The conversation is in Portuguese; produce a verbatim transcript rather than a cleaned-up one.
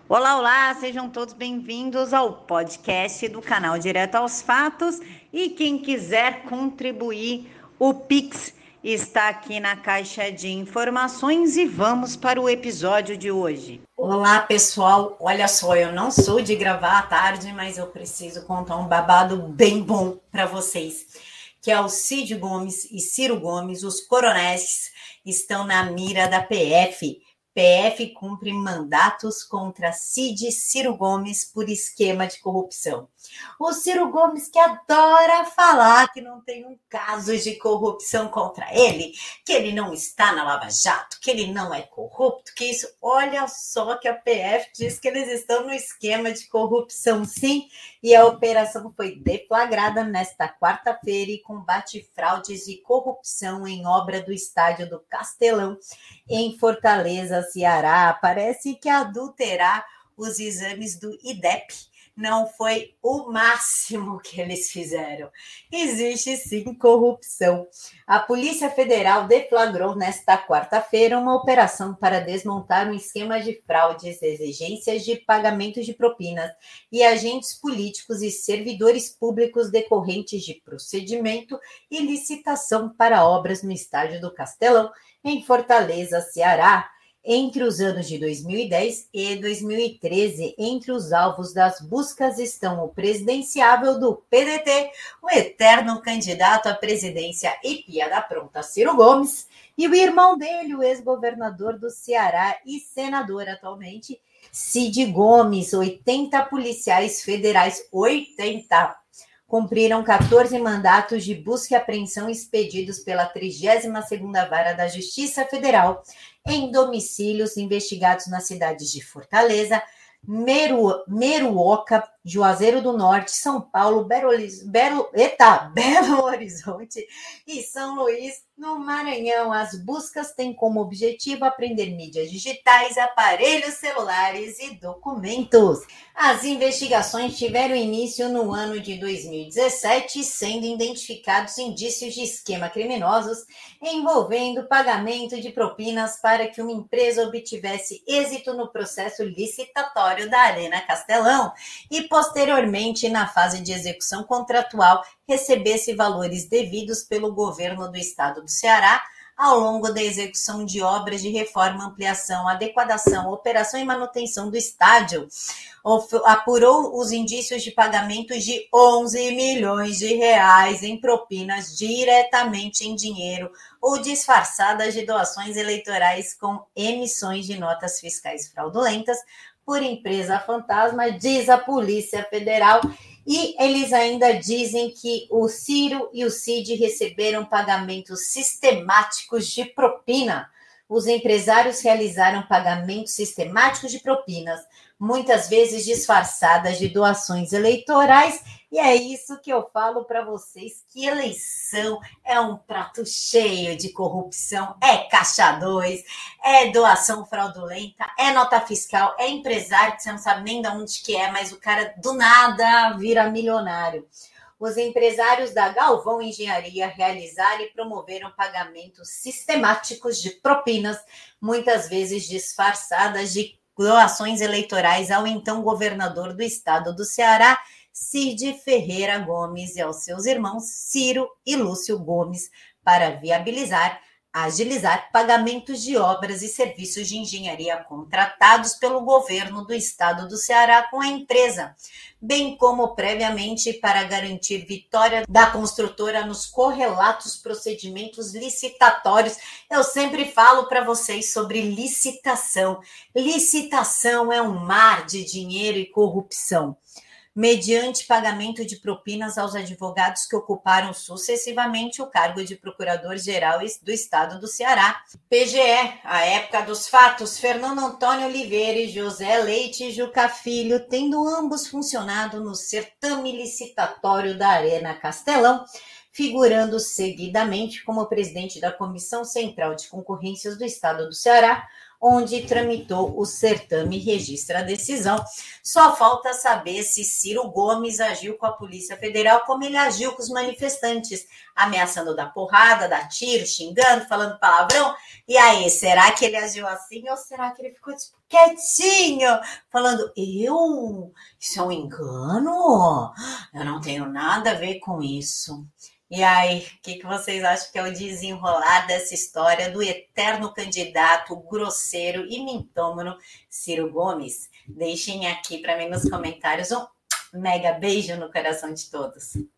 Olá, olá, sejam todos bem-vindos ao podcast do canal Direto aos Fatos. E quem quiser contribuir, o Pix está aqui na caixa de informações e vamos para o episódio de hoje. Olá, pessoal. Olha só, eu não sou de gravar à tarde, mas eu preciso contar um babado bem bom para vocês, que é o Cid Gomes e Ciro Gomes, os coronéis, estão na mira da P F. P F cumpre mandatos contra Cid e Ciro Gomes por esquema de corrupção. O Ciro Gomes, que adora falar que não tem um caso de corrupção contra ele, que ele não está na Lava Jato, que ele não é corrupto, que isso... Olha só que a P F diz que eles estão no esquema de corrupção, sim, e a operação foi deflagrada nesta quarta-feira e combate fraudes e corrupção em obra do estádio do Castelão, em Fortaleza, Ceará. Parece que adulterar os exames do I D E P não foi o máximo que eles fizeram. Existe sim corrupção. A Polícia Federal deflagrou nesta quarta-feira uma operação para desmontar um esquema de fraudes, exigências de pagamentos de propinas e agentes políticos e servidores públicos decorrentes de procedimento e licitação para obras no estádio do Castelão, em Fortaleza, Ceará, entre os anos de dois mil e dez e dois mil e treze. Entre os alvos das buscas estão o presidenciável do P D T, o eterno candidato à presidência e piada pronta Ciro Gomes, e o irmão dele, o ex-governador do Ceará e senador atualmente, Cid Gomes. oitenta policiais federais, oitenta, cumpriram quatorze mandatos de busca e apreensão expedidos pela trigésima segunda Vara da Justiça Federal em domicílios investigados nas cidades de Fortaleza, Meru, Meruoca, Juazeiro do Norte, São Paulo, Belo, Belo, Eita, Belo Horizonte e São Luís, no Maranhão. As buscas têm como objetivo apreender mídias digitais, aparelhos celulares e documentos. As investigações tiveram início no ano de dois mil e dezessete, sendo identificados indícios de esquema criminosos envolvendo pagamento de propinas para que uma empresa obtivesse êxito no processo licitatório da Arena Castelão e, posteriormente, na fase de execução contratual, recebesse valores devidos pelo governo do estado do Ceará ao longo da execução de obras de reforma, ampliação, adequação, operação e manutenção do estádio. Apurou os indícios de pagamento de onze milhões de reais em propinas diretamente em dinheiro ou disfarçadas de doações eleitorais com emissões de notas fiscais fraudulentas por empresa fantasma, diz a Polícia Federal. E eles ainda dizem que o Ciro e o Cid receberam pagamentos sistemáticos de propina. Os empresários realizaram pagamentos sistemáticos de propinas, muitas vezes disfarçadas de doações eleitorais. E é isso que eu falo para vocês, que eleição é um prato cheio de corrupção, é caixa dois, é doação fraudulenta, é nota fiscal, é empresário que você não sabe nem de onde que é, mas o cara do nada vira milionário. Os empresários da Galvão Engenharia realizaram e promoveram pagamentos sistemáticos de propinas, muitas vezes disfarçadas de doações eleitorais ao então governador do estado do Ceará, Cid Ferreira Gomes, e aos seus irmãos Ciro e Lúcio Gomes, para viabilizar, agilizar pagamentos de obras e serviços de engenharia contratados pelo governo do estado do Ceará com a empresa, bem como previamente para garantir vitória da construtora nos correlatos procedimentos licitatórios. Eu sempre falo para vocês sobre licitação. Licitação é um mar de dinheiro e corrupção, mediante pagamento de propinas aos advogados que ocuparam sucessivamente o cargo de Procurador-Geral do Estado do Ceará. P G E, a época dos fatos, Fernando Antônio Oliveira e José Leite Juca Filho, tendo ambos funcionado no certame licitatório da Arena Castelão, figurando seguidamente como presidente da Comissão Central de Concorrências do Estado do Ceará, onde tramitou o certame e registra a decisão. Só falta saber se Ciro Gomes agiu com a Polícia Federal como ele agiu com os manifestantes, ameaçando dar porrada, dar tiro, xingando, falando palavrão. E aí, será que ele agiu assim ou será que ele ficou tipo, quietinho, falando, eu? Isso é um engano? Eu não tenho nada a ver com isso. E aí, o que, que vocês acham que é o desenrolar dessa história do eterno candidato grosseiro e mintômano Ciro Gomes? Deixem aqui para mim nos comentários um mega beijo no coração de todos.